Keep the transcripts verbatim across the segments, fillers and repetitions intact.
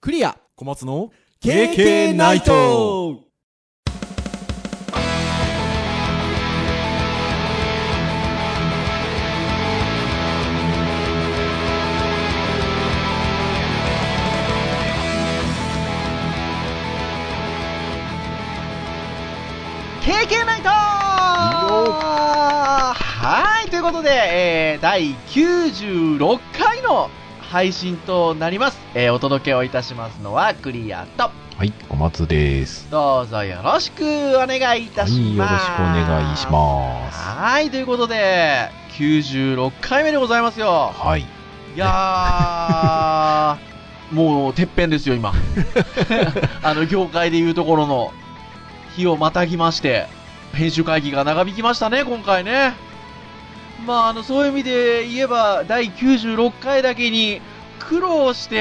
クリア小松のケーケー ナイト。 ケーケー ナイトはい、ということで、えー、だいきゅうじゅうろっかいの配信となります。えー、お届けをいたしますのはクリアと、 はい、小松です。 どうぞよろしくお願いいたします。 はい、よろしくお願いします。 はい、ということで、きゅうじゅうろっかいめでございますよ。 はい。 いやー、もう、てっぺんですよ、今。あの、業界でいうところの、日をまたぎまして、編集会議が長引きましたね、今回ね。まあ、あの、そういう意味で言えば、だいきゅうじゅうろっかいだけに苦労して、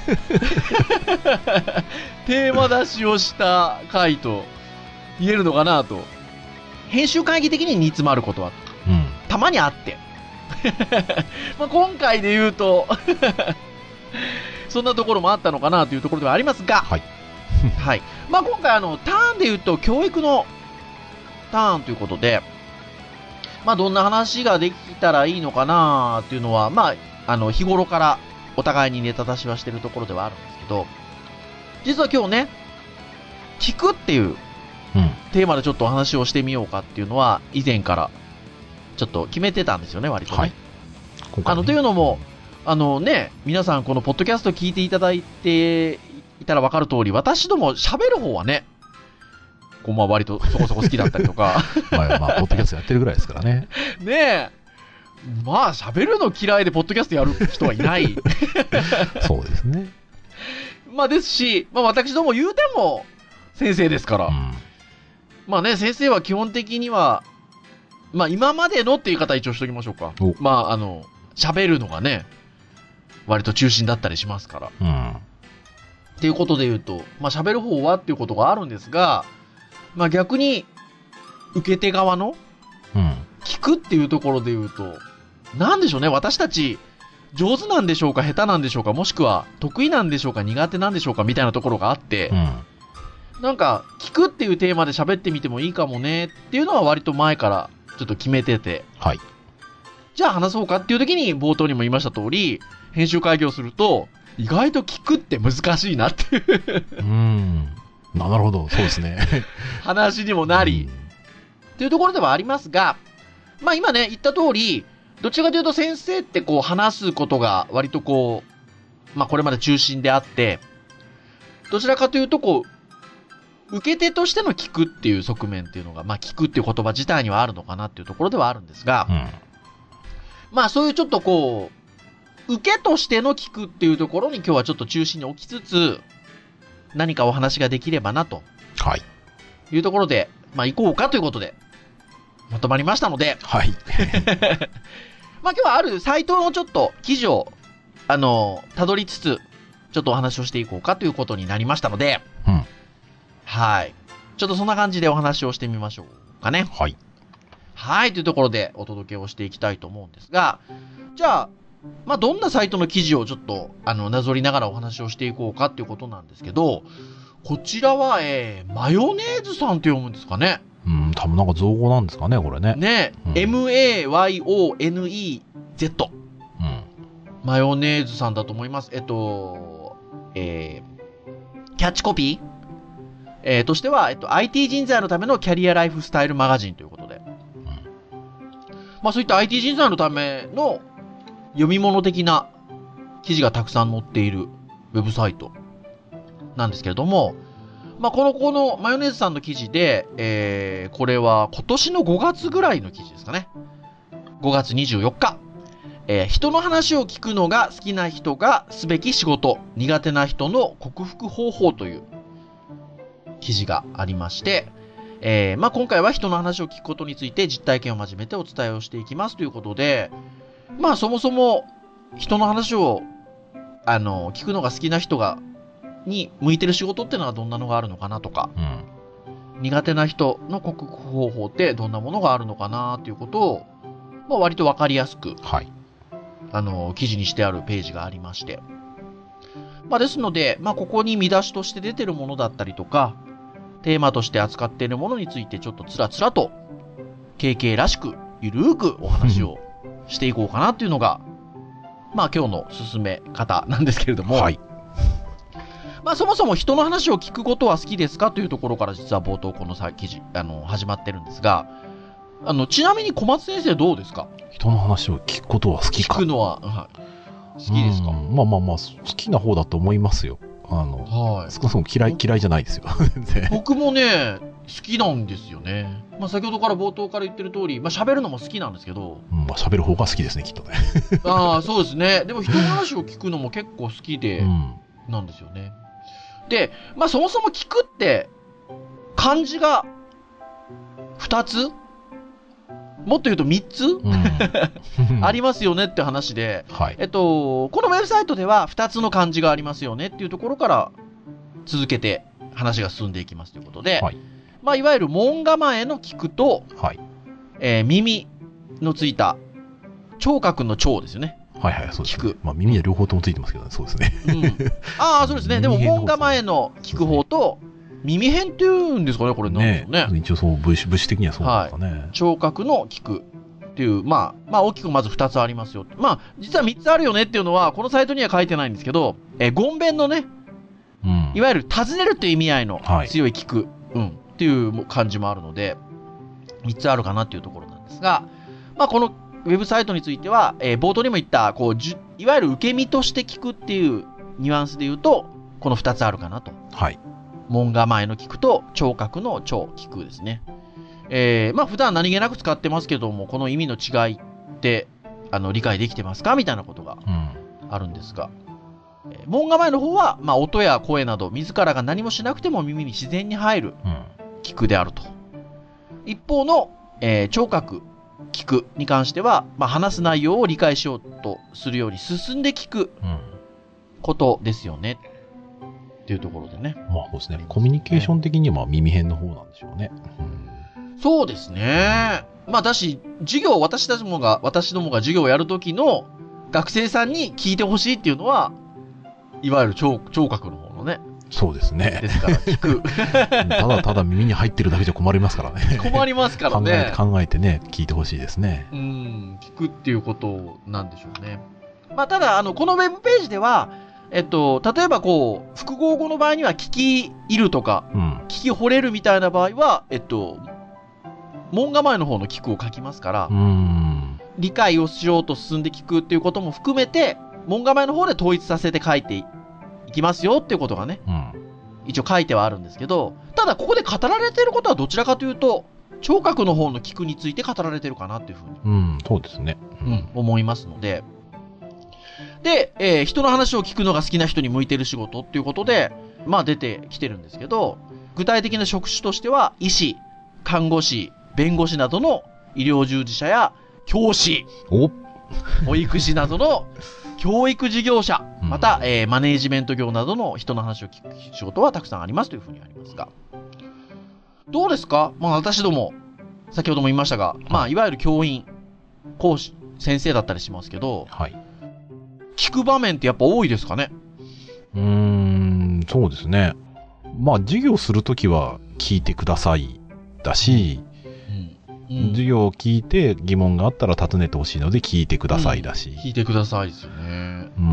テーマ出しをした回と言えるのかなと。編集会議的に煮詰まることは、 うん、 たまにあって。まあ今回で言うと、そんなところもあったのかなというところではありますが、 はい。 はい。まあ今回あの、ターンで言うと、教育のターンということで、まあどんな話ができたらいいのかなっていうのは、まあ、あの、日頃からお互いにネタ出しはしてるところではあるんですけど、実は今日ね、聞くっていうテーマでちょっとお話をしてみようかっていうのは、以前からちょっと決めてたんですよね、割とね。はい、今回ね、あの、というのも、あのね、皆さんこのポッドキャスト聞いていただいていたら分かる通り、私ども喋る方はね、こうまあ割とそこそこ好きだったりとか。 まあまあ、ポッドキャストやってるぐらいですからね。 ねえ。まあ喋るの嫌いでポッドキャストやる人はいない。 そうですね。 まあですし、まあ私ども言うても先生ですから。うん、まあね、先生は基本的には、まあ今までのっていう言い方一応しときましょうか。まああの、喋るのがね、割と中心だったりしますから。うん。っていうことで言うと、まあ喋る方はっていうことがあるんですが、まあ逆に、受け手側の、うん、聞くっていうところで言うと、なんでしょうね、私たち、上手なんでしょうか、下手なんでしょうか、もしくは、得意なんでしょうか、苦手なんでしょうか、みたいなところがあって、うん、なんか、聞くっていうテーマで喋ってみてもいいかもね、っていうのは割と前からちょっと決めてて、はい。じゃあ話そうかっていう時に、冒頭にも言いました通り、編集会議をすると、意外と聞くって難しいなっていう。 うーん。なるほど、そうですね。 話にもなり、っていうところではありますが、まあ今ね、言った通り、どちらかというと先生ってこう話すことが割とこう、まあこれまで中心であって、どちらかというとこう、受け手としての聞くっていう側面っていうのが、まあ聞くっていう言葉自体にはあるのかなっていうところではあるんですが、うん、まあそういうちょっとこう、受けとしての聞くっていうところに今日はちょっと中心に置きつつ、何かお話ができればなと。はい。いうところで、まあ行こうかということで、まとまりましたので。はい。まあ今日はあるサイトのちょっと記事を、あの、たどりつつ、ちょっとお話をしていこうかということになりましたので、うん。はい。ちょっとそんな感じでお話をしてみましょうかね。はい。はい。というところでお届けをしていきたいと思うんですが、じゃあ、まあ、どんなサイトの記事をちょっと、あの、なぞりながらお話をしていこうかっていうことなんですけど、こちらは、えー、マヨネーズさんって読むんですかね。 うん、多分なんか造語なんですかね、これね。 ね、うん、エムエーワイオーエヌイーゼット。うん。マヨネーズさんだと思います。えっと、えー、キャッチコピー、えー、としては、えっと、アイティー 人材のためのキャリアライフスタイルマガジンということで。うん、まあ、そういった アイティー 人材のための読み物的な記事がたくさん載っているウェブサイトなんですけれども、まあ、この、このマヨネーズさんの記事で、えー、これは今年のごがつぐらいの記事ですかね。ごがつにじゅうよっか。えー、人の話を聞くのが好きな人がすべき仕事、苦手な人の克服方法という記事がありまして、えー、まあ、今回は人の話を聞くことについて実体験を交えてお伝えをしていきますということで、まあそもそも人の話をあの聞くのが好きな人がに向いてる仕事ってのはどんなのがあるのかなとか、うん、苦手な人の克服方法ってどんなものがあるのかなということを、まあ、割と分かりやすく、はい、あの記事にしてあるページがありまして、 まあ、ですので、まあ、ここに見出しとして出てるものだったりとか、テーマとして扱っているものについてちょっとつらつらと ケーケー らしくゆるーくお話をしていこうかなっていうのがまあ今日の進め方なんですけれども、はい、まあそもそも人の話を聞くことは好きですかというところから実は冒頭この記事あの始まってるんですが、あのちなみに小松先生どうですか？ 人の話を聞くことは好きか？ 聞くのは、はい、好きですか？ まあまあまあ好きな方だと思いますよ。あの、はい、少なくとも嫌い嫌いじゃないですよ。 僕もね好きなんですよね。まあ先ほどから冒頭から言ってる通り、まあ喋るのも好きなんですけど、 うん、まあ喋る方が好きですねきっとね。 ああそうですね。でも人の話を聞くのも結構好きでなんですよね。うん、で、まあそもそも聞くって漢字がふたつ、もっと言うとみっつ、うん、ありますよねって話で、はい、えっとこのウェブサイトではふたつの漢字がありますよねっていうところから続けて話が進んでいきますということで、はい、まあ、いわゆる門構えの聞くと、はい、えー、耳のついた聴覚の聴ですよね。 はいはい、そうですね。聞く。まあ耳は両方ともついてますけどね、そうですね。 うん、ああ、そうですね。でも門構えの聞く方と、耳辺っていうんですかね、これなんでしょうね。 ね、一応そう、物質的にはそうなんですかね。 はい、聴覚の聞くっていう、まあ、まあ大きくまずふたつありますよ。まあ、実はみっつあるよねっていうのは、このサイトには書いてないんですけど、えー、言弁のね、うん、いわゆる尋ねるという意味合いの強い聞く、はい、うん、っていう感じもあるので、みっつあるかなっていうところなんですが、まあこのウェブサイトについては、えー、冒頭にも言った、こう、じいわゆる受け身として聞くっていうニュアンスで言うと、このふたつあるかなと。はい。門構えの聞くと、聴覚の聴、聞くですね。えー、まあ普段何気なく使ってますけども、この意味の違いって、あの、理解できてますかみたいなことがあるんですが、うん、えー、門構えの方は、まあ音や声など、自らが何もしなくても耳に自然に入る、聞くであると。一方の、えー、聴覚、聞くに関しては、まあ、話す内容を理解しようとするように進んで聞くことですよね、うん、っていうところでね。 まあそうですね。コミュニケーション的には耳辺の方なんでしょうね。 うん、そうですね。まあだし、授業、私たちもが、私どもが授業をやるときの学生さんに聞いてほしいっていうのは、いわゆる聴、聴覚の方のね。 そうですね。 ですから聞く。 ただただ耳に入ってるだけじゃ困りますからね。 困りますからね。 考えて、考えてね、聞いてほしいですね。 うん、聞くっていうことなんでしょうね。まあただ、あの、このウェブページでは、えっと、例えばこう、複合語の場合には聞き入るとか、うん、聞き惚れるみたいな場合は、えっと、門構えの方の聞くを書きますから、うん、理解をしようと進んで聞くっていうことも含めて、門構えの方で統一させて書いていきますよっていうことがね、うん、一応書いてはあるんですけど、ただここで語られていることはどちらかというと、聴覚の方の聞くについて語られているかなっていうふうに、 うん、そうですね、 うん、思いますので、で、えー、人の話を聞くのが好きな人に向いている仕事っていうことで、まあ出てきてるんですけど、具体的な職種としては、医師、看護師、弁護士などの医療従事者や、教師、保育士などの教育事業者、また、うん、えー、マネージメント業などの人の話を聞く仕事はたくさんありますというふうにありますが、どうですか？まあ私ども、先ほども言いましたが、はい、まあいわゆる教員、講師、先生だったりしますけど、はい、聞く場面ってやっぱ多いですかね？ うーん、そうですね。まあ授業するときは聞いてくださいだし、うんうん、授業を聞いて疑問があったら尋ねてほしいので聞いてくださいだし、うん、 聞いてくださいですよね。 うん、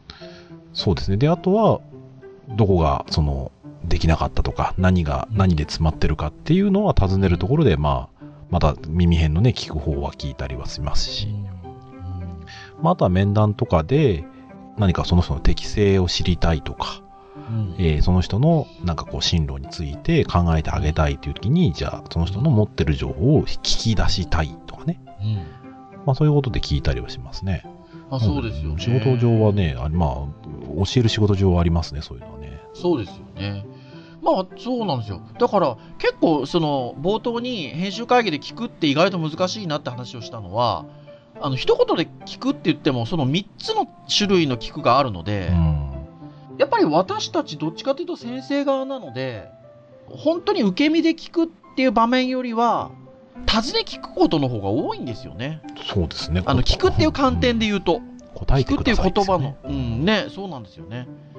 そうですね。で、あとはどこがそのできなかったとか、何が何で詰まってるかっていうのは尋ねるところで、まあまた耳辺のね聞く方は聞いたりはしますし、うん、まあ、あとは面談とかで何かその人の適性を知りたいとか、うん、えー、その人のなんかこう進路について考えてあげたいという時に、じゃあその人の持ってる情報を聞き出したいとかね、うん、まあそういうことで聞いたりはしますね。 あ、そうですよね。 仕事上はね、あ、まあ教える仕事上はありますね、そういうのはね。 そうですよね。まあそうなんですよ。だから結構その冒頭に編集会議で聞くって意外と難しいなって話をしたのは、あの一言で聞くって言ってもそのみっつの種類の聞くがあるので、うん、やっぱり私たちどっちかというと先生側なので、本当に受け身で聞くっていう場面よりは尋ね聞くことの方が多いんですよね。 そうですね。 あの聞くっていう観点で言うと、 うん、答えてくださいですね。 聞くっていう言葉の、うんね、そうなんですよね。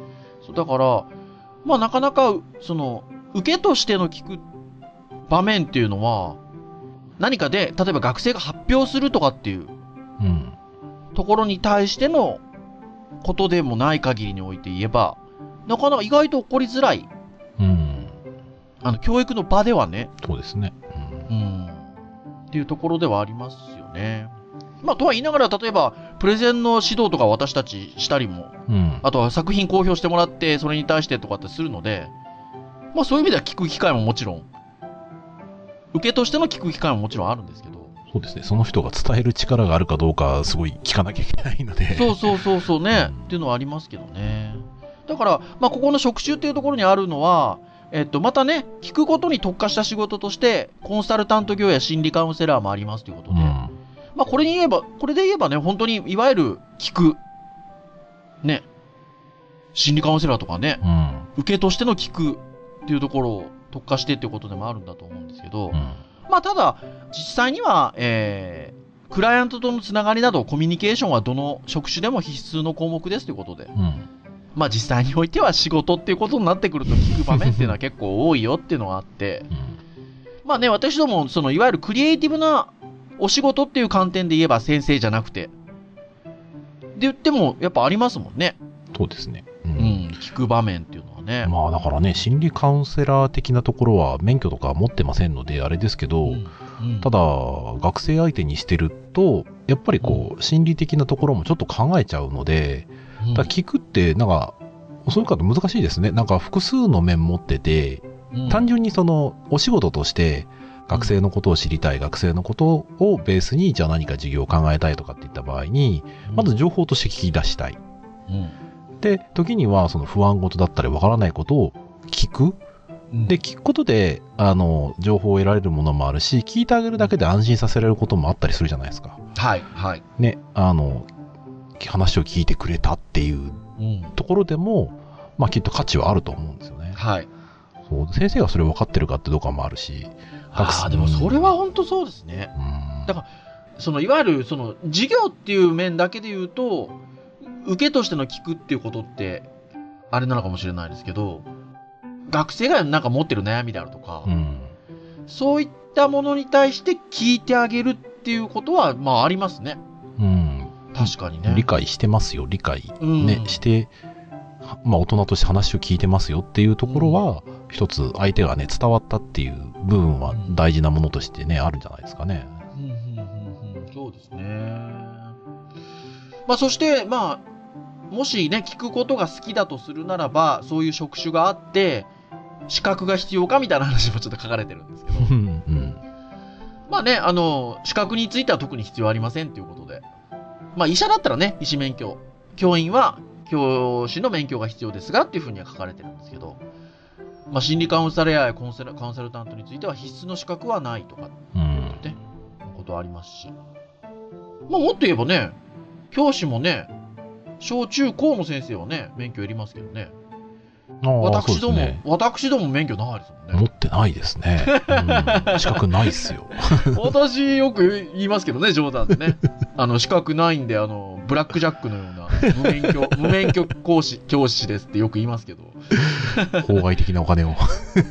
そう。だから、まあなかなか、その、受けとしての聞く場面っていうのは、何かで、例えば学生が発表するとかっていう、 うん、 ところに対してのことでもない限りにおいて言えば、なかなか意外と起こりづらい。 うん。 あの、教育の場ではね。 そうですね。 うん。うん、っていうところではありますよね。まあ、とは言いながら、例えば、プレゼンの指導とか私たちしたりも、 うん、 あとは作品公表してもらって、それに対してとかってするので、まあ、そういう意味では聞く機会ももちろん、受けとしての聞く機会ももちろんあるんですけど。 そうですね。その人が伝える力があるかどうか、すごい聞かなきゃいけないので。 そうそうそうそうね、 うん、 っていうのはありますけどね。だから、まあ、ここの職種っていうところにあるのは、えっと、またね、聞くことに特化した仕事として、コンサルタント業や心理カウンセラーもありますということで、 うん、 まあ、これに言えば、これで言えばね、本当に、いわゆる聞く、ね、心理カウンセラーとかね、 うん、 受けとしての聞くっていうところを特化してっていうことでもあるんだと思うんですけど、 うん、 まあ、ただ、実際には、えー、クライアントとのつながりなど、コミュニケーションはどの職種でも必須の項目ですということで、 うん、 まあ実際においては仕事っていうことになってくると聞く場面っていうのは結構多いよっていうのがあって、 うん、 まあね、私ども、そのいわゆるクリエイティブなお仕事っていう観点で言えば先生じゃなくて、で言ってもやっぱありますもんね。 そうですね。うん。 うん、聞く場面っていうのはね。 まあだからね、心理カウンセラー的なところは免許とか持ってませんので、あれですけど、 うんうん、 ただ、学生相手にしてると、やっぱりこう、心理的なところもちょっと考えちゃうので、だから聞くって、なんか、そういう方難しいですね。なんか複数の面持ってて、 うん、 単純にその、お仕事として、学生のことを知りたい、学生のことをベースに、じゃあ何か授業を考えたいとかっていった場合に、まず情報として聞き出したい。 うん、 で、時にはその不安事だったりわからないことを聞く。で、聞くことで、あの、情報を得られるものもあるし、聞いてあげるだけで安心させられることもあったりするじゃないですか。 はい、はい。 ね、あの、話を聞いてくれたっていうところでも、まあきっと価値はあると思うんですよね。 はい。 そう、先生がそれを分かってるかってどうかもあるし。 ああ、でもそれは本当そうですね。 うん、 だから、そのいわゆるその授業っていう面だけで言うと、受けとしての聞くっていうことって、あれなのかもしれないですけど、学生がなんか持ってる悩みであるとか、 うん、 そういったものに対して聞いてあげるっていうことは、まあありますね。 うん。 確かにね。 理解してますよ、理解、 うん、 ね、して、まあ大人として話を聞いてますよっていうところは、うん、一つ相手がね、伝わったっていう部分は大事なものとしてね、うん、あるんじゃないですかね。 うんうんうんうん、そうですね。まあそして、まあ、もしね、聞くことが好きだとするならば、そういう職種があって、資格が必要かみたいな話もちょっと書かれてるんですけど。 うんうん、 まあね、あの、資格については特に必要ありませんということで。まあ医者だったらね、医師免許。教員は教師の免許が必要ですがっていうふうには書かれてるんですけど。まあ心理カウンセラーやコンセラカウンセルタントについては必須の資格はないとかっていうことありますし。まあもっと言えばね、教師もね、小中高の先生はね、免許いりますけどね。私ども、ね、私ども免許ないですもんね。 持ってないですね。うん、資格ないっすよ。 私よく言いますけどね、冗談でね。あの、資格ないんで、あの、ブラックジャックのような無免許、無免許講師、教師ですってよく言いますけど。 法外的なお金を。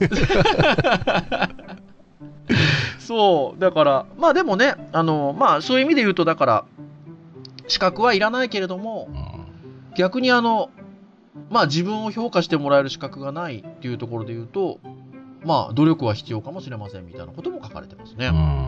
そう、だから、まあでもね、あの、まあそういう意味で言うと、だから、資格はいらないけれども、うん、逆にあの、まあ自分を評価してもらえる資格がないっていうところで言うと、まあ努力は必要かもしれませんみたいなことも書かれてますね。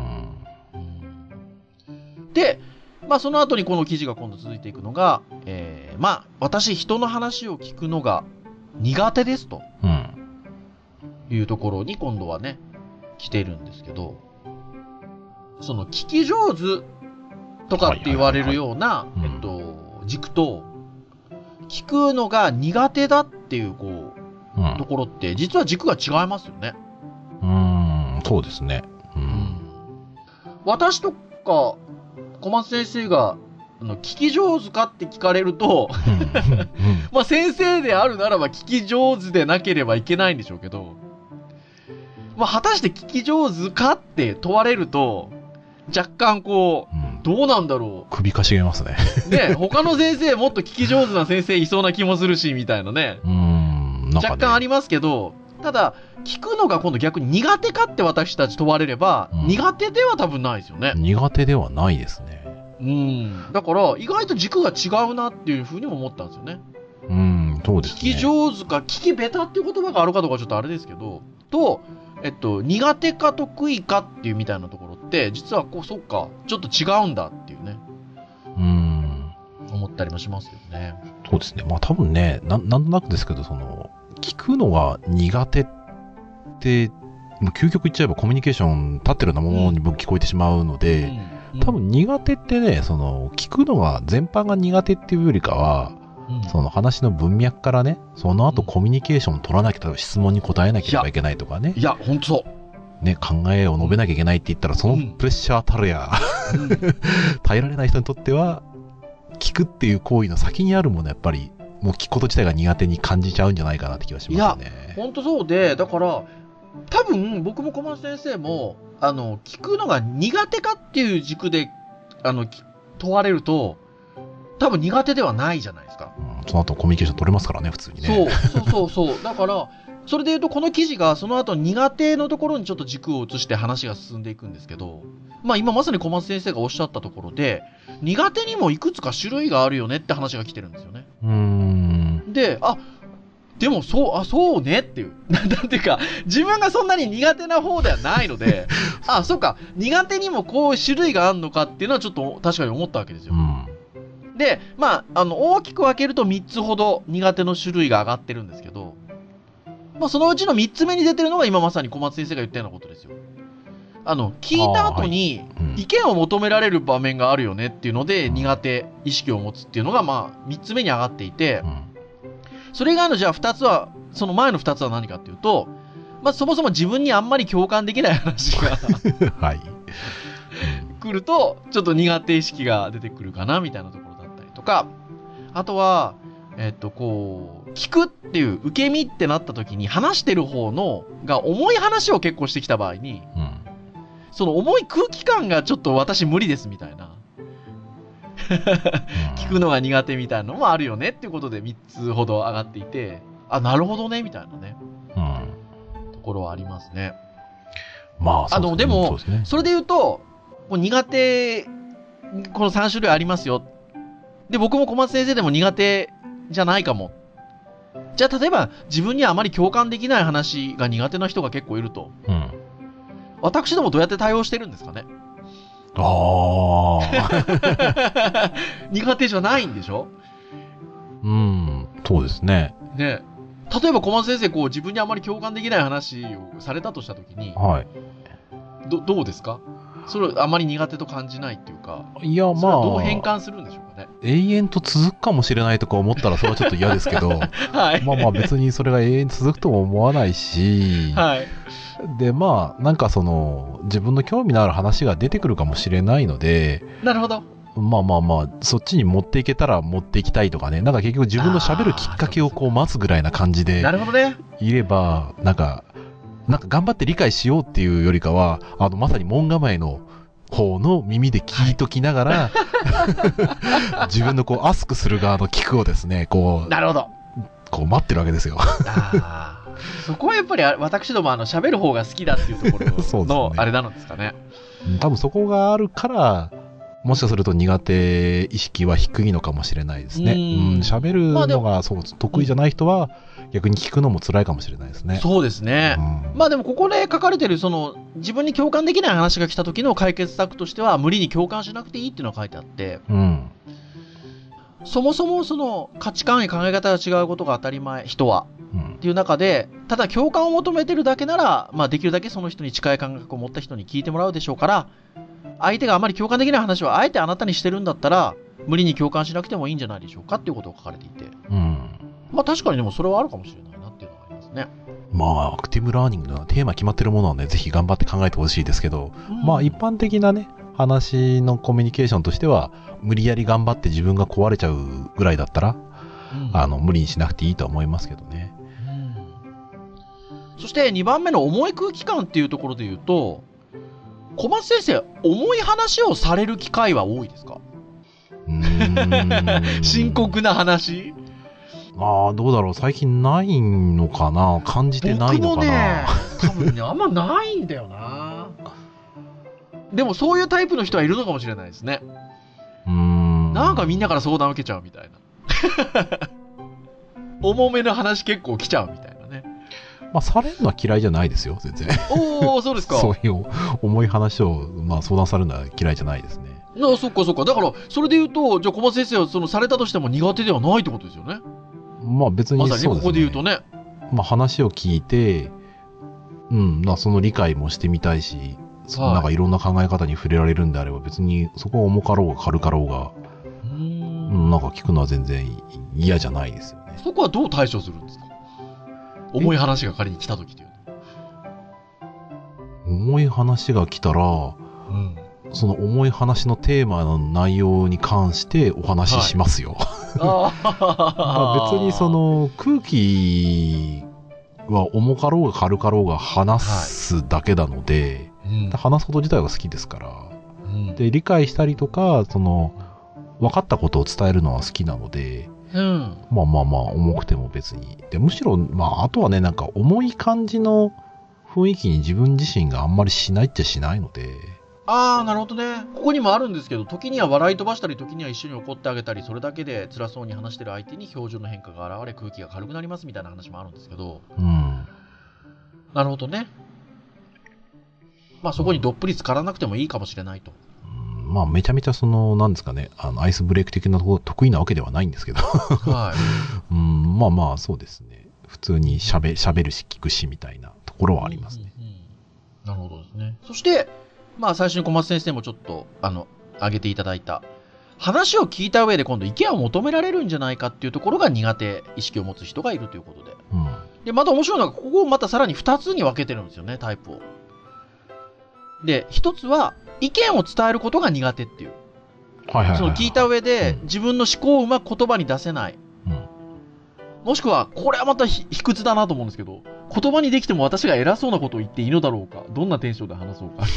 うん、で、まあその後にこの記事が今度続いていくのが、えー、まあ私人の話を聞くのが苦手ですと、うん、いうところに今度はね、来てるんですけど、その聞き上手とかって言われるような、えっと、軸と、聞くのが苦手だっていう、こう、うん、ところって、実は軸が違いますよね。 うーん、そうですね。うん、うん、 私とか、小松先生が、あの、聞き上手かって聞かれると、まあ先生であるならば聞き上手でなければいけないんでしょうけど、まあ果たして聞き上手かって問われると、若干こう、うん、どうなんだろう。 首かしげますね。 ね、他の先生もっと聞き上手な先生いそうな気もするし、みたいなね。 うん。 なんかね、 若干ありますけど、ただ聞くのが今度逆に苦手かって私たち問われれば、うん、苦手では多分ないですよね。 苦手ではないですね。 うん。だから意外と軸が違うなっていうふうにも思ったんですよね。 うん、そうですね。 聞き上手か聞き下手っていう言葉があるかどうかちょっとあれですけど、とえっと苦手か得意かっていうみたいなところって実はこう、そっかちょっと違うんだっていうね。 うん。 思ったりもしますよね。 そうですね。まあ多分ね、な、なんとなくですけど、その聞くのが苦手って、もう究極言っちゃえばコミュニケーション立ってるようなものに僕聞こえてしまうので、うんうん、多分苦手ってね、その聞くのが全般が苦手っていうよりかは、うん、その話の文脈からね、その後コミュニケーションを取らなきゃ、質問に答えなければいけないとかね。 いや、ほんとそう。 ね、考えを述べなきゃいけないって言ったら、そのプレッシャーたるや、うん、耐えられない人にとっては、聞くっていう行為の先にあるものやっぱりもう聞くこと自体が苦手に感じちゃうんじゃないかなって気がしますね。 いや本当そうで、だから多分僕も小松先生もあの聞くのが苦手かっていう軸であの問われると多分苦手ではないじゃないですか、 うん、その後コミュニケーション取れますからね普通にね。 そうそうそうそうだからそれでいうとこの記事がその後苦手のところにちょっと軸を移して話が進んでいくんですけど、まあ今まさに小松先生がおっしゃったところで苦手にもいくつか種類があるよねって話が来てるんですよね。 うーんで、あ、でもそう、あ、そうねっていう。なんていうか、自分がそんなに苦手な方ではないので、あ、そうか、苦手にもこういう種類があるのかっていうのはちょっと確かに思ったわけですよ。うん、で、まあ、あの、大きく分けるとみっつほど苦手の種類が上がってるんですけど、まあそのうちのみっつめに出てるのが今まさに小松先生が言ったようなことですよ。あの聞いた後に意見を求められる場面があるよねっていうので、うん、苦手意識を持つっていうのがまあみっつめに上がっていて、うん、それ以外のじゃあふたつはその前のふたつは何かっていうと、まあそもそも自分にあんまり共感できない話がはい来るとちょっと苦手意識が出てくるかなみたいなところだったりとか、あとはえっとこう聞くっていう受け身ってなった時に話してる方のが重い話を結構してきた場合に、うん、その重い空気感がちょっと私無理ですみたいな聞くのが苦手みたいなのもあるよねっていうことでみっつほど上がっていて、あ、なるほどねみたいなね、うん、ところはありますね。 まあ、 あのでも そ,、ね、それで言うとこう苦手このさん種類ありますよ。で僕も小松先生でも苦手じゃないかも。じゃあ例えば自分にはあまり共感できない話が苦手な人が結構いると、うん、私どもどうやって対応してるんですかね。 ああ苦手じゃないんでしょ。 うん、そうですね。 ね、例えば小松先生こう自分にあまり共感できない話をされたとしたときに、はい、ど, どうですか。それあまり苦手と感じないっていうか、 いやまあどう変換するんでしょうかね。 永遠と続くかもしれないとか思ったらそれはちょっと嫌ですけど、はい、まあまあ別にそれが永遠続くとも思わないし、はい、でまあなんかその自分の興味のある話が出てくるかもしれないので、 なるほど。 まあまあまあそっちに持っていけたら持っていきたいとかね、なんか結局自分の喋るきっかけをこう待つぐらいな感じでいれば、なんかなんか頑張って理解しようっていうよりかは、あのまさに門構えの方の耳で聞いときながら、はい、自分のこうアスクする側の聞くをですね、こうなるほどこう待ってるわけですよ。 あそこはやっぱり私どもあの喋る方が好きだっていうところのあれなんですかね。 多分そこがあるからもしかすると苦手意識は低いのかもしれないですね。うん、喋るのがそう得意じゃない人は逆に聞くのも辛いかもしれないですね。 そうですね、うん、まあでもここで書かれてるその自分に共感できない話が来た時の解決策としては無理に共感しなくていいっていうのが書いてあって、うん、そもそもその価値観や考え方が違うことが当たり前、人は、うん、っていう中でただ共感を求めてるだけなら、まあ、できるだけその人に近い感覚を持った人に聞いてもらうでしょうから、相手があまり共感できない話はあえてあなたにしてるんだったら無理に共感しなくてもいいんじゃないでしょうかっていうことが書かれていて、うん、まあ確かにでもそれはあるかもしれないなっていうのがありますね。 まあアクティブラーニングのテーマ決まってるものはねぜひ頑張って考えてほしいですけど、うん、まあ一般的なね話のコミュニケーションとしては無理やり頑張って自分が壊れちゃうぐらいだったら、うん、あの無理にしなくていいとは思いますけどね、 うん、そしてにばんめの重い空気感っていうところで言うと、小松先生重い話をされる機会は多いですか。うーん深刻な話。 あああ、どうだろう。最近ないのかな、感じてないのかな。 僕もね、多分ね、あんまないんだよな。でもそういうタイプの人はいるのかもしれないですね。 うーん。 なんかみんなから相談を受けちゃうみたいな。重めの話結構来ちゃうみたいなね。 まあ、されるのは嫌いじゃないですよ、全然。 おー、そうですか。 そういう重い話を、まあ、相談されるのは嫌いじゃないですね。 ああ、そっかそっか。だから、それで言うと、じゃあ小松先生はそのされたとしても苦手ではないってことですよね。 まあ別にそうですね。 まさにここで言うとね。 まあ話を聞いて、うん、まあその理解もしてみたいし、はい、なんかいろんな考え方に触れられるんであれば、別にそこは重かろうが軽かろうが、うーん、なんか聞くのは全然嫌じゃないですよね。 そこはどう対処するんですか？重い話が仮に来た時というの。重い話が来たら、うん、その重い話のテーマの内容に関してお話ししますよ。はい、別にその空気は重かろうが軽かろうが話すだけなので、はいうん、話すこと自体が好きですから、うん、で理解したりとかその分かったことを伝えるのは好きなので、うん、まあまあまあ重くても別にでむしろまああとはねなんか重い感じの雰囲気に自分自身があんまりしないっちゃしないので。 ああ、なるほどね。ここにもあるんですけど、時には笑い飛ばしたり、時には一緒に怒ってあげたり、それだけで辛そうに話してる相手に表情の変化が現れ、空気が軽くなりますみたいな話もあるんですけど。うん。なるほどね。まあそこにどっぷり浸からなくてもいいかもしれないと。 うん、まあめちゃめちゃその、なんですかね、あのアイスブレイク的なところ得意なわけではないんですけど。はい。うん、まあまあそうですね。普通に喋、喋るし聞くしみたいなところはありますね。 うんうんうん、なるほどですね。そして、まあ最初に小松先生もちょっとあの挙げていただいた話を聞いた上で今度意見を求められるんじゃないかっていうところが苦手意識を持つ人がいるということで、うん、でまた面白いのがここをまたさらにふたつに分けてるんですよねタイプを。でひとつは意見を伝えることが苦手っていう、はいはいはいはい、その聞いた上で、うん、自分の思考をうまく言葉に出せない、うん、もしくはこれはまた卑屈だなと思うんですけど、言葉にできても私が偉そうなことを言っていいのだろうか、どんなテンションで話そうか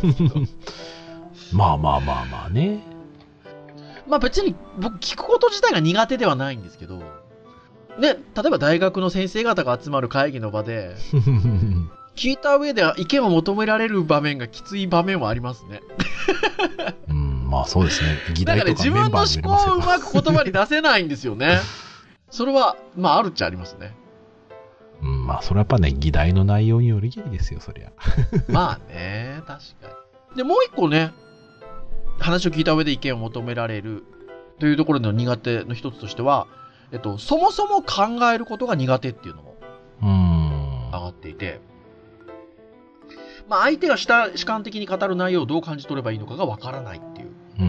まあまあまあまあね。 まあ別に僕聞くこと自体が苦手ではないんですけどね、例えば大学の先生方が集まる会議の場で聞いた上で意見を求められる場面がきつい場面はありますねうんまあそうですね。議題とかメンバーによりますけど、 なんかね、自分の思考をうまく言葉に出せないんですよねそれはまああるっちゃありますね。 うん、まあそれはやっぱね議題の内容によりきりですよそりゃまあね確かに。でもう一個ね話を聞いた上で意見を求められるというところの苦手の一つとしては、えっと、そもそも考えることが苦手っていうのも上がっていて、まあ相手が主観的に語る内容をどう感じ取ればいいのかがわからないっていう。うん。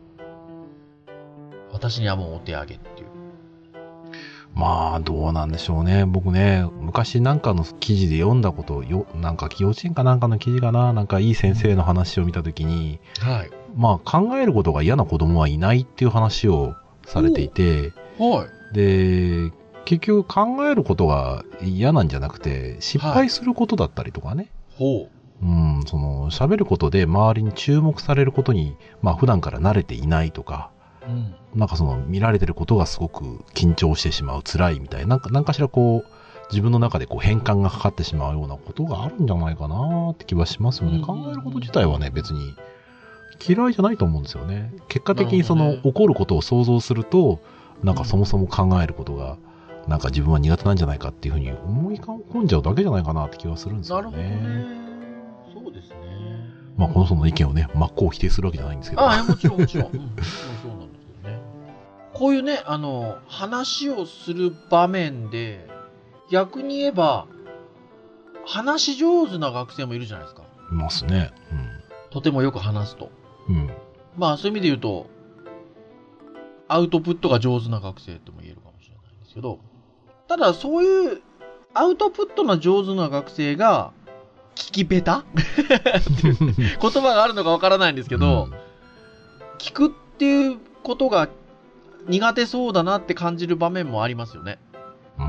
私にはもうお手上げっていう。 まあどうなんでしょうね。僕ね昔なんかの記事で読んだことをよなんか幼稚園かなんかの記事かななんかいい先生の話を見たときに、はい、まあ考えることが嫌な子供はいないっていう話をされていて、はい、で結局考えることが嫌なんじゃなくて失敗することだったりとかね、はい、うん、その喋ることで周りに注目されることにまあ普段から慣れていないとか。うん、なんかその見られてることがすごく緊張してしまう辛いみたいななんか何かしらこう自分の中でこう変換がかかってしまうようなことがあるんじゃないかなって気はしますよね、うん、考えること自体はね別に嫌いじゃないと思うんですよね。結果的にその、ね、起こることを想像するとなんかそもそも考えることがなんか自分は苦手なんじゃないかっていうふうに思い込んじゃうだけじゃないかなって気はするんですよね。なるほどね。 そうですね。 まあこの人の意見をね真っ向否定するわけじゃないんですけど。 ああもちろんもちろん、うん、そうなんですけどね。こういうねあの話をする場面で逆に言えば話し上手な学生もいるじゃないですか。 いますね、うん、 とてもよく話すと、うん、まあそういう意味で言うとアウトプットが上手な学生とも言えるかもしれないんですけど、ただそういうアウトプットが上手な学生が聞きベタっていう言葉があるのかわからないんですけど、うん、聞くっていうことが苦手そうだなって感じる場面もありますよね。うん、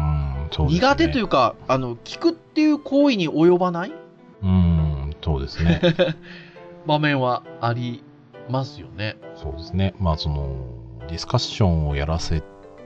そうですね。苦手というかあの聞くっていう行為に及ばない、 うん、そうですね場面はありますよね。 そうですね。まあそのディスカッションをやらせ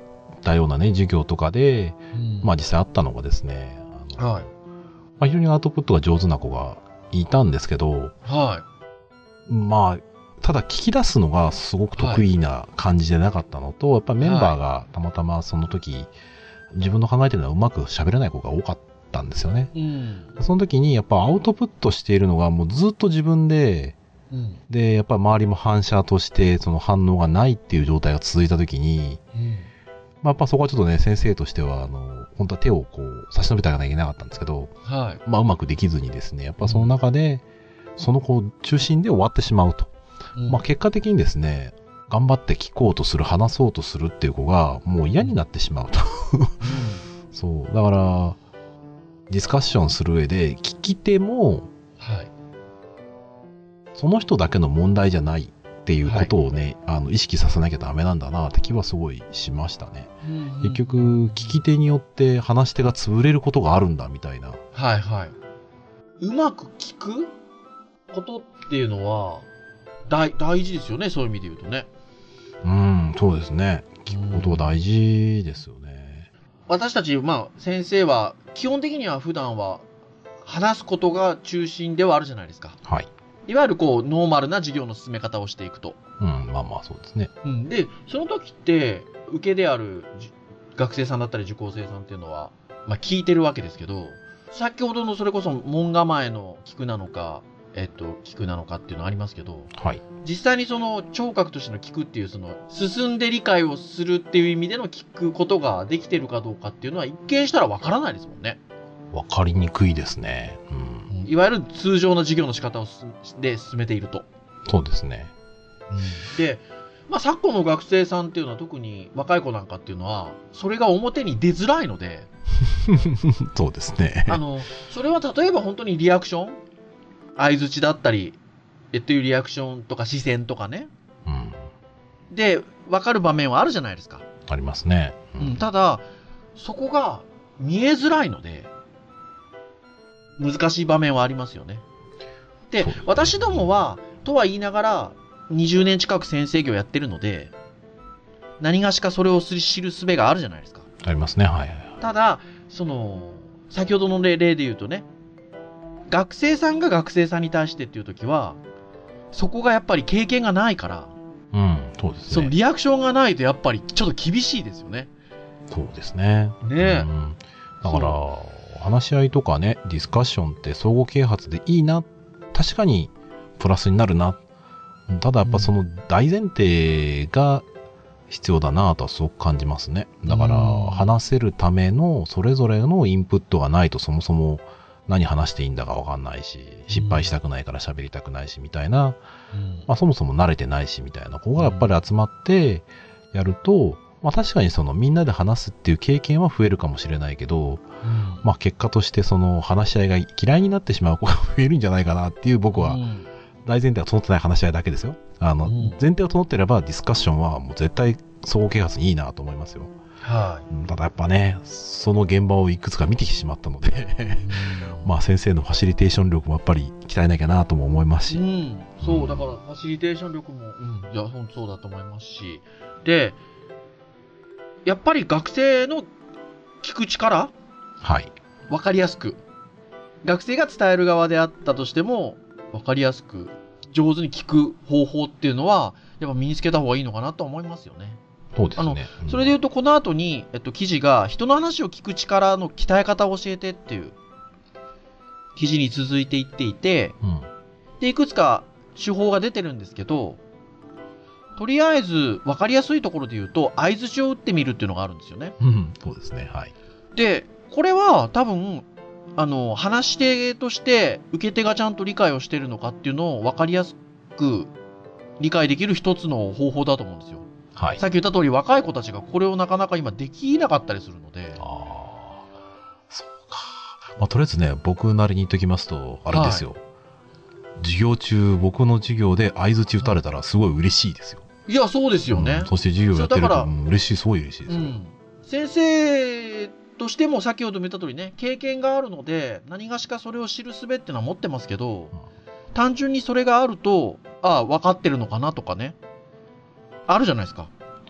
ったようなね、授業とかで、 うん、 まあ実際あったのがですね、あのはい。 まあ、非常にアウトプットが上手な子がいたんですけど、 はまあ、ただ聞き出すのがすごく得意な感じでなかったのと、やっぱりメンバーがたまたまその時、自分の考えてるのはうまく喋れない子が多かったんですよね。 い。うん。 その時にやっぱアウトプットしているのがもうずっと自分で、 うん。 で、やっぱり周りも反射としてその反応がないっていう状態が続いた時に、 うんまあ、やっぱそこはちょっとね、先生としては、あの、本当は手をこう差し伸べてあげなきゃいけなかったんですけど、 はい。 まあ、うまくできずにですね、やっぱその中で、その子中心で終わってしまうと。 うん、 まあ、結果的にですね、頑張って聞こうとする、話そうとするっていう子が、もう嫌になってしまうと。そう。だから、ディスカッションする上で、聞き手も、 はい。 その人だけの問題じゃないっていうことをね、はい、あの意識させなきゃダメなんだなって気はすごいしましたね。うんうん、結局、聞き手によって話し手が潰れることがあるんだみたいな。 はいはい。うまく聞くことっていうのは大、大事ですよね、そういう意味で言うとね。 うん、そうですね。聞くことは大事ですよね。 私たち、まあ、先生は、基本的には普段は話すことが中心ではあるじゃないですか。 はい。 いわゆるこう、ノーマルな授業の進め方をしていくと。 うん、まあまあそうですね。 うん。で、その時って、受けである学生さんだったり受講生さんっていうのは、まあ聞いてるわけですけど、先ほどのそれこそ門構えの聞くなのか、えっと、聞くなのかっていうのありますけど、 はい。 実際にその聴覚としての聞くっていう、その進んで理解をするっていう意味での聞くことができてるかどうかっていうのは一見したらわからないですもんね。 わかりにくいですね。 うん。いわゆる通常の授業の仕方をで進めていると。 そうですね。 うん、で、まあ昨今の学生さんっていうのは特に若い子なんかっていうのは、それが表に出づらいので、 そうですね。 あの、それは例えば本当にリアクション相槌だったり、えっていうリアクションとか視線とかね。 うん。 で、わかる場面はあるじゃないですか。 ありますね。 うん。うん、ただ、そこが見えづらいので、難しい場面はありますよね。で、ね、私どもは、とは言いながら、にじゅうねん近く先生業やってるので、何がしかそれを知る術があるじゃないですか。 ありますね、はい。 ただ、その、先ほどの例で言うとね、学生さんが学生さんに対してっていうときは、そこがやっぱり経験がないから、 うん、そうですね。 そのリアクションがないとやっぱりちょっと厳しいですよね。 そうですね。 ねえ。 うん、だから、話し合いとかね、ディスカッションって相互啓発でいいな、確かにプラスになるな。ただやっぱその大前提が必要だなとはすごく感じますね。だから、話せるためのそれぞれのインプットがないとそもそも何話していいんだかわかんないし、失敗したくないから喋りたくないしみたいな、うんまあそもそも慣れてないしみたいな子がやっぱり集まってやると、まあ確かにそのみんなで話すっていう経験は増えるかもしれないけど、うん、まあ結果としてその話し合いが嫌いになってしまう子が増えるんじゃないかなっていう僕は大前提が整ってない話し合いだけですよ。あの、うん、前提が整ってればディスカッションはもう絶対相互啓発にいいなと思いますよ。はい。ただやっぱね、その現場をいくつか見てしまったのでまあ先生のファシリテーション力もやっぱり鍛えなきゃなとも思いますし。 うん、そう、うん、だからファシリテーション力も、うん、いや、本当そうだと思いますし。で、やっぱり学生の聞く力はい。 わかりやすく。学生が伝える側であったとしても、わかりやすく、上手に聞く方法っていうのは、やっぱ身につけた方がいいのかなと思いますよね。 そうですね。 あの、うん、それで言うと、この後に、えっと、記事が、人の話を聞く力の鍛え方を教えてっていう記事に続いていっていて、うん、で、いくつか手法が出てるんですけど、とりあえず分かりやすいところで言うと、相槌を打ってみるっていうのがあるんですよね。 うん、そうですね。はい。 で、これは多分、あの、話し手として受け手がちゃんと理解をしているのかっていうのを分かりやすく理解できる一つの方法だと思うんですよ。はい。さっき言った通り若い子たちがこれをなかなか今できなかったりするので。ああ、 そうか。まあ、とりあえずね、僕なりに言っときますと、あれですよ。はい、授業中、僕の授業で相槌打たれたらすごい嬉しいですよ。 いや、そうですよね。 うん、そして授業やってると、うん、嬉しい、すごい嬉しいですよ。うん、 先生としても先ほども言った通りね、経験があるので、何がしかそれを知る術っていうのは持ってますけど、うん、単純にそれがあると、ああ、分かってるのかなとかね、あるじゃないですか。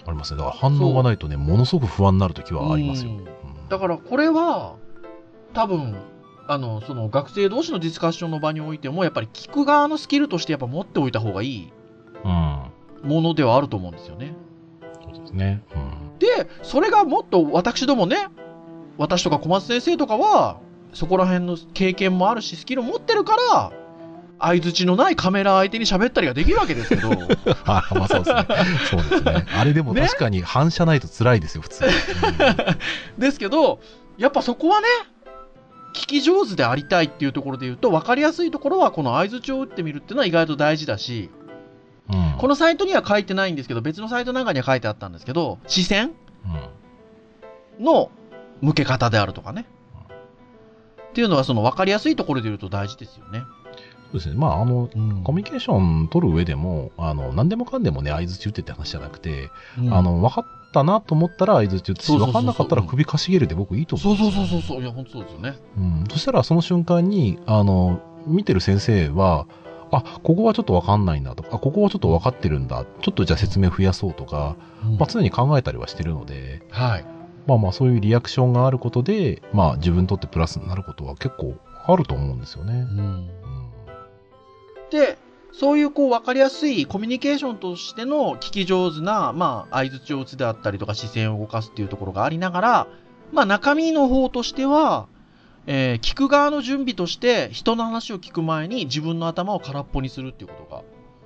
ありますね。だから反応がないとね、ものすごく不安になるときはありますよ。うん、 だからこれは、多分、あの、その学生同士のディスカッションの場においても、やっぱり聞く側のスキルとしてやっぱ持っておいた方がいいものではあると思うんですよね。 うん、そうですね。うん、 で、それがもっと私どもね、私とか小松先生とかは、そこら辺の経験もあるし、スキルを持ってるから、相槌のないカメラ相手に喋ったりができるわけですけど。 あ、まあそうですね。そうですね。あれでも確かに反射ないと辛いですよ、普通。うん、 ですけど、やっぱそこはね、聞き上手でありたいっていうところで言うと、分かりやすいところはこの相槌を打ってみるっていうのは意外と大事だし、うん、このサイトには書いてないんですけど、別のサイトなんかには書いてあったんですけど、視線の向け方であるとかね。うん、っていうのはその分かりやすいところで言うと大事ですよね。 そうですね。まあ、あの、うん、コミュニケーション取る上でも、あの、何でもかんでもね、相槌打ってって話じゃなくて、うん、あの、分かったなと思ったら相槌打ってし、分かんなかったら首かしげるで僕いいと思うんですよ。 そうそうそうそう。いや、本当そうですよね。 うん。そしたらその瞬間に、あの、見てる先生は、あ、ここはちょっと分かんないんだとか、あ、ここはちょっと分かってるんだ。ちょっとじゃあ説明増やそうとか、うん、まあ、常に考えたりはしてるので、はい。まあまあ、そういうリアクションがあることで、まあ、自分にとってプラスになることは結構あると思うんですよね。うん。うん、 で、そういうこう分かりやすいコミュニケーションとしての聞き上手な、まあ、相槌を打つであったりとか視線を動かすっていうところがありながら、まあ、中身の方としては、えー、聞く側の準備として人の話を聞く前に自分の頭を空っぽにするっていうことが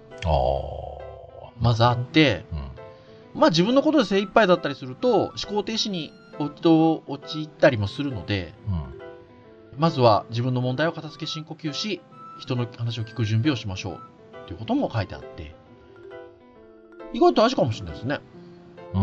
まずあって、うん、まあ自分のことで精一杯だったりすると思考停止に陥ったりもするので、うん、まずは自分の問題を片付け深呼吸し、人の話を聞く準備をしましょうっていうことも書いてあって、意外と大事かもしれないですね。うん、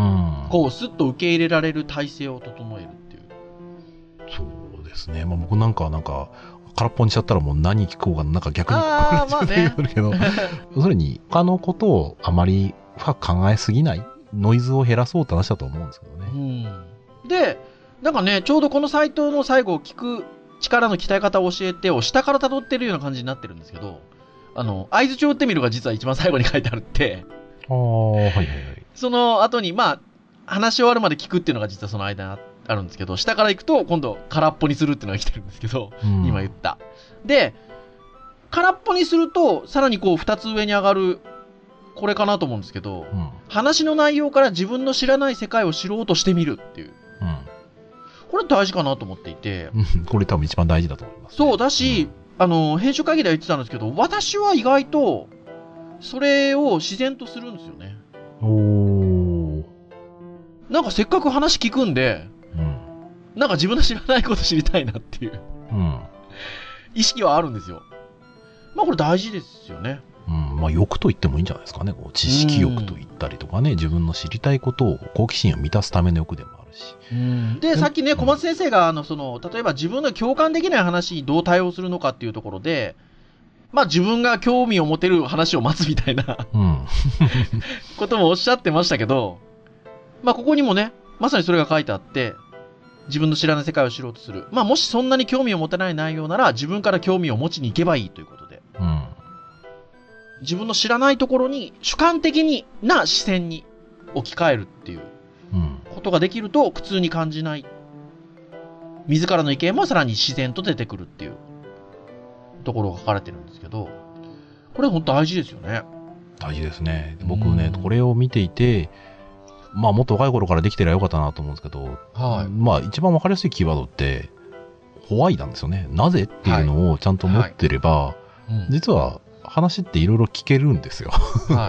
こうスッと受け入れられる体制を整えるっていう。 そうですね。まあ、僕なんかはなんか空っぽにしちゃったらもう何聞こうがなんか逆にあまあね。 けど、要するに他のことをあまり深く考えすぎないノイズを減らそうって話だと思うんですけどね。 うん、で、なんかね、ちょうどこのサイトの最後聞く力の鍛え方を教えてを下から辿ってるような感じになってるんですけど、あの相槌を打ってみるが実は一番最後に書いてあるって。 ああ、はいはいはい。 その後にまあ話し終わるまで聞くっていうのが実はその間にあるんですけど、下から行くと今度空っぽにするっていうのが来てるんですけど、うん、今言ったで空っぽにするとさらにこうふたつ上に上がるこれかなと思うんですけど、うん、話の内容から自分の知らない世界を知ろうとしてみるっていう、うん、これ大事かなと思っていて、 これ多分一番大事だと思います、ね、 そうだし、うん、あの編集会議では言ってたんですけど、私は意外とそれを自然とするんですよね。おー、なんかせっかく話聞くんで、うん、なんか自分の知らないこと知りたいなっていう、うん、意識はあるんですよ。まあこれ大事ですよね。 うん、まあ欲と言ってもいいんじゃないですかね。こう知識欲と言ったりとかね、自分の知りたいことを好奇心を満たすための欲でもあるし。 うん、で、さっきね、小松先生があのその例えば自分の共感できない話にどう対応するのかっていうところで、まあ自分が興味を持てる話を待つみたいな、うん、こともおっしゃってましたけど、まあここにもね、まさにそれが書いてあって、自分の知らない世界を知ろうとする。まあもしそんなに興味を持てない内容なら自分から興味を持ちに行けばいいということで、うん、自分の知らないところに主観的にな視線に置き換えるっていうことができると苦痛に感じない。自らの意見もさらに自然と出てくるっていうところが書かれてるんですけど、これ本当大事ですよね。 大事ですね。僕ね、これを見ていて、まあもっと若い頃からできてりゃよかったなと思うんですけど、はい、まあ一番わかりやすいキーワードってホワイなんですよね。なぜっていうのをちゃんと持ってれば、はいはい、実は話っていろいろ聞けるんですよ。はい、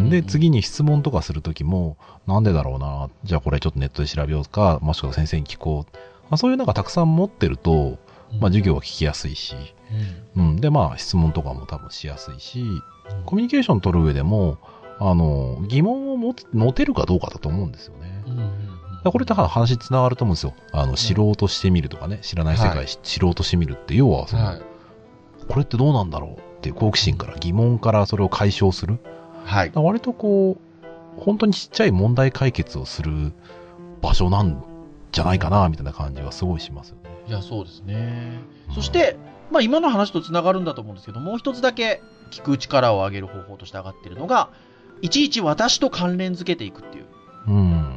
で次に質問とかするときもなんでだろうな、じゃあこれちょっとネットで調べようか、もしくは先生に聞こう、まあ、そういうのがたくさん持ってると、まあ、授業は聞きやすいし、うんうん、でまあ質問とかも多分しやすいし、コミュニケーション取る上でもあの疑問を持て、持てるかどうかだと思うんですよね。うんうんうん、これって話つながると思うんですよ。あの知ろうとしてみるとかね、知らない世界、はい、知ろうとしてみるって、要はその、はい、これってどうなんだろうっていう好奇心から疑問からそれを解消する、はい、割とこう本当にちっちゃい問題解決をする場所なんじゃないかなみたいな感じはすごいしますよね。 いやそうですね、うん、そしてまあ今の話とつながるんだと思うんですけど、もう一つだけ聞く力を上げる方法として上がっているのが、いちいち私と関連づけていくっていう。 うん。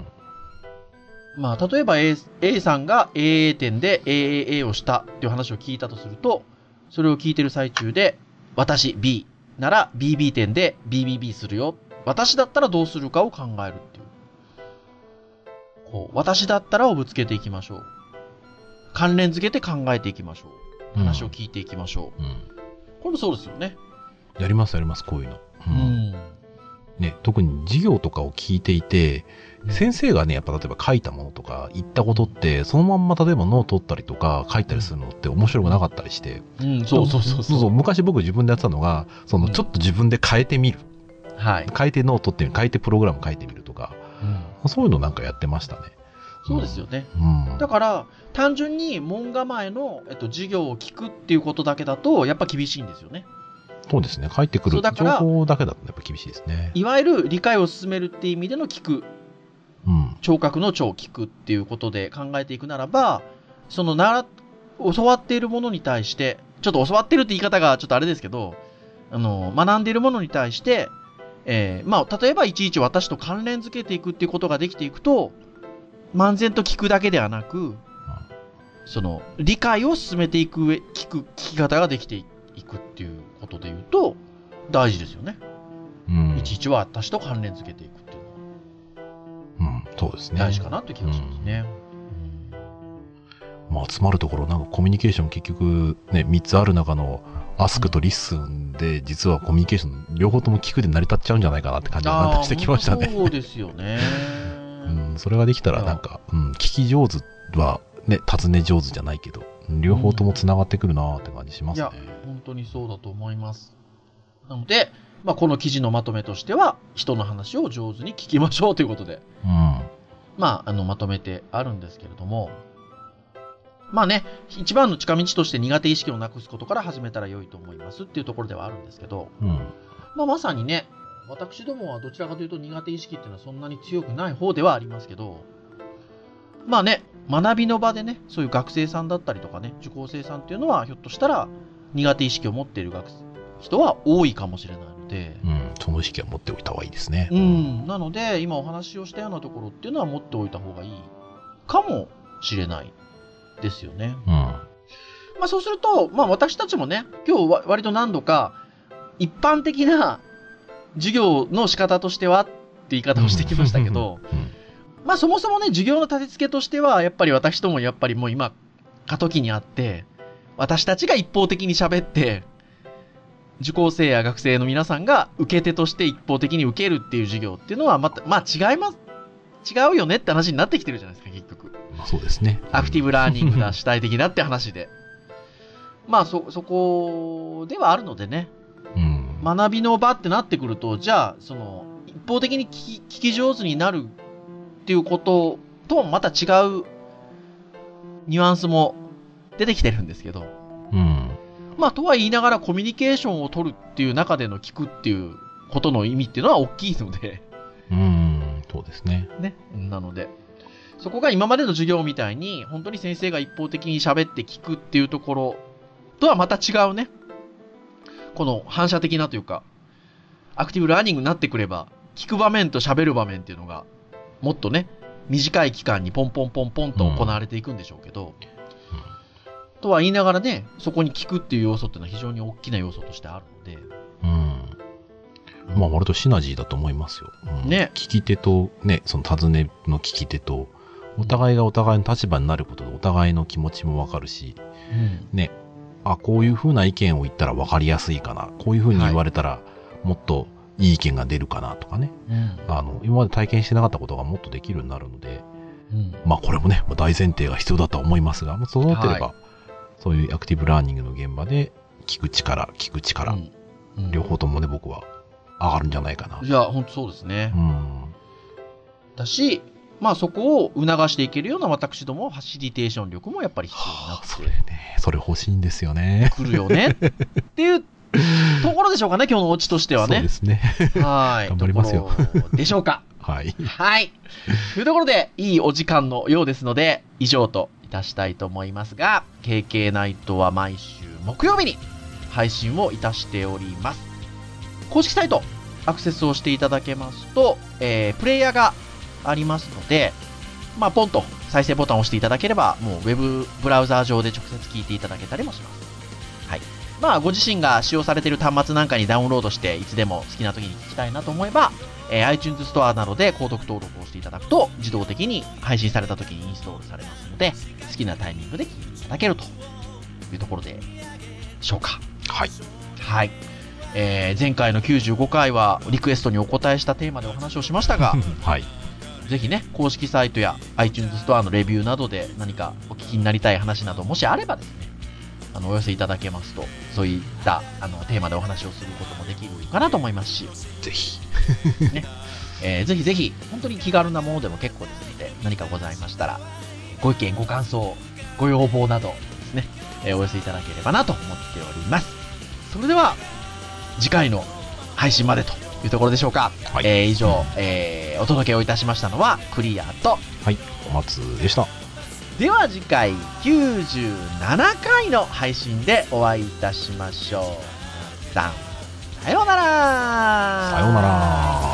まあ、例えば A, A さんが エーエー 店で エーエーエー をしたっていう話を聞いたとすると、それを聞いてる最中で、私 B なら ビービー 店で ビービービー するよ。私だったらどうするかを考えるっていう。こう、私だったらをぶつけていきましょう。関連付けて考えていきましょう。話を聞いていきましょう。うん、これもそうですよね。 やりますやります、こういうの。 うん。うんね、特に授業とかを聞いていて、先生がね、やっぱ例えば書いたものとか言ったことって、そのまんま例えばノート取ったりとか書いたりするのって面白くなかったりして。 うん、そうそうそうそう。 そう昔僕自分でやってたのが、そのちょっと自分で変えてみる。 うん、はい。 変えてノートってみる、変えてプログラム書いてみるとか、うん、そういうのなんかやってましたね。 そうですよね。 うん、 だから、単純に門構えの、えっと、授業を聞くっていうことだけだと、やっぱ厳しいんですよね。 そうですね。返ってくる情報だけだとやっぱ厳しいですね。 いわゆる理解を進めるっていう意味での聞く。うん、聴覚の聴を聞くっていうことで考えていくならば、そのな教わっているものに対して、ちょっと教わってるって言い方がちょっとあれですけど、あの、学んでいるものに対して、えー、まあ、例えばいちいち私と関連付けていくっていうことができていくと、漫然と聞くだけではなく、うん、その、理解を進めていく上、聞く、聞き方ができていくっていうことで言うと、大事ですよね。うん、いちいち私と関連付けていくっていう。 うん、そうですね。 大事かなって気がしますね。 うん、まあ、集まるところ、なんかコミュニケーション結局ね、みっつある中のアスクとリッスンで、実はコミュニケーション両方とも聞くで成り立っちゃうんじゃないかなって感じがなんかしてきましたね。 そうですよね。 うん、それができたらなんか、うん、聞き上手はね、尋ね上手じゃないけど、両方ともつながってくるなって感じしますね。 いや、本当にそうだと思います。なので、まあ、この記事のまとめとしては、人の話を上手に聞きましょうということで、うん、まあ、あの、まとめてあるんですけれども、まあね、一番の近道として苦手意識をなくすことから始めたら良いと思いますっていうところではあるんですけど、うん、まあ、まさにね、私どもはどちらかというと苦手意識っていうのはそんなに強くない方ではありますけど、まあね、学びの場でね、そういう学生さんだったりとかね、受講生さんっていうのはひょっとしたら苦手意識を持っている学生人は多いかもしれないので、 うん、その意識は持っておいた方がいいですね。 うん、なので今お話をしたようなところっていうのは持っておいた方がいいかもしれないですよね。うん、まあそうすると、まあ私たちもね、今日は割と何度か一般的な授業の仕方としてはって言い方をしてきましたけど、うん、まあそもそもね、授業の立て付けとしてはやっぱり私ともやっぱりもう今過渡期にあって、私たちが一方的に喋って受講生や学生の皆さんが受け手として一方的に受けるっていう授業っていうのはまた、まあ違います。違うよねって話になってきてるじゃないですか、結局。 まあそうですね。 アクティブラーニングだ、主体的だって話で。まあそ、そこではあるのでね。うん、学びの場ってなってくると、じゃあ、その、一方的に聞き、聞き上手になるっていうこととまた違うニュアンスも出てきてるんですけど。うん。まあ、とは言いながらコミュニケーションを取るっていう中での聞くっていうことの意味っていうのは大きいので。 うーん、そうですね。 ね。なので、そこが今までの授業みたいに、本当に先生が一方的に喋って聞くっていうところとはまた違うね。この反射的なというか、アクティブラーニングになってくれば、聞く場面と喋る場面っていうのが、もっとね、短い期間にポンポンポンポンと行われていくんでしょうけど、うん、とは言いながらね、そこに聞くっていう要素っていうのは非常に大きな要素としてあるので。 うん。まあ割とシナジーだと思いますよ。うん、ね。聞き手とね、その尋ねの聞き手と、お互いがお互いの立場になることでお互いの気持ちもわかるし、うん、ね、あ、こういう風な意見を言ったらわかりやすいかな、こういう風に言われたらもっといい意見が出るかなとかね、うん、あの、今まで体験してなかったことがもっとできるようになるので、うん、まあこれもね、大前提が必要だとは思いますが、そうなってれば、はい、そういうアクティブラーニングの現場で聞く力、聞く力、うんうん、両方ともね、僕は上がるんじゃないかな。 いや、本当そうですね。うん、だし、まあそこを促していけるような私どもファシリテーション力もやっぱり必要になって、はあ、 それね、それ欲しいんですよね。 来るよねっていうところでしょうかね、今日のオチとしてはね。 そうですね。 はい。 頑張りますよ。 でしょうか。 はい。 はい。というところで、いいお時間のようですので、以上といたしたいと思いますが、ケーケー ナイトは毎週木曜日に配信をいたしております。公式サイト、アクセスをしていただけますと、えー、プレイヤーがありますので、まあ、ポンと再生ボタンを押していただければ、もうウェブブラウザー上で直接聞いていただけたりもします。はい。まあ、ご自身が使用されている端末なんかにダウンロードして、いつでも好きな時に聞きたいなと思えば、えー、iTunes ストアなどで購読登録をしていただくと、自動的に配信された時にインストールされますので、好きなタイミングで聞いていただけるというところでしょうか。 はい。 はい。えー、前回のきゅうじゅうごかいはリクエストにお答えしたテーマでお話をしましたが、 はい。 ぜひね、公式サイトや iTunes ストアのレビューなどで何かお聞きになりたい話などもしあればですね、あのお寄せいただけますと、そういったあのテーマでお話をすることもできるかなと思いますし、 ぜひ。 ねえー、ぜひぜひ、本当に気軽なものでも結構ですので、何かございましたら、ご意見、ご感想、ご要望などですね、えー、お寄せいただければなと思っております。それでは、次回の配信までというところでしょうか。はい、えー、以上、えー、お届けをいたしましたのは、クリアと、 はい、お松でした。 では次回きゅうじゅうななかいの配信でお会いいたしましょう。皆さん、さようなら。 さようなら。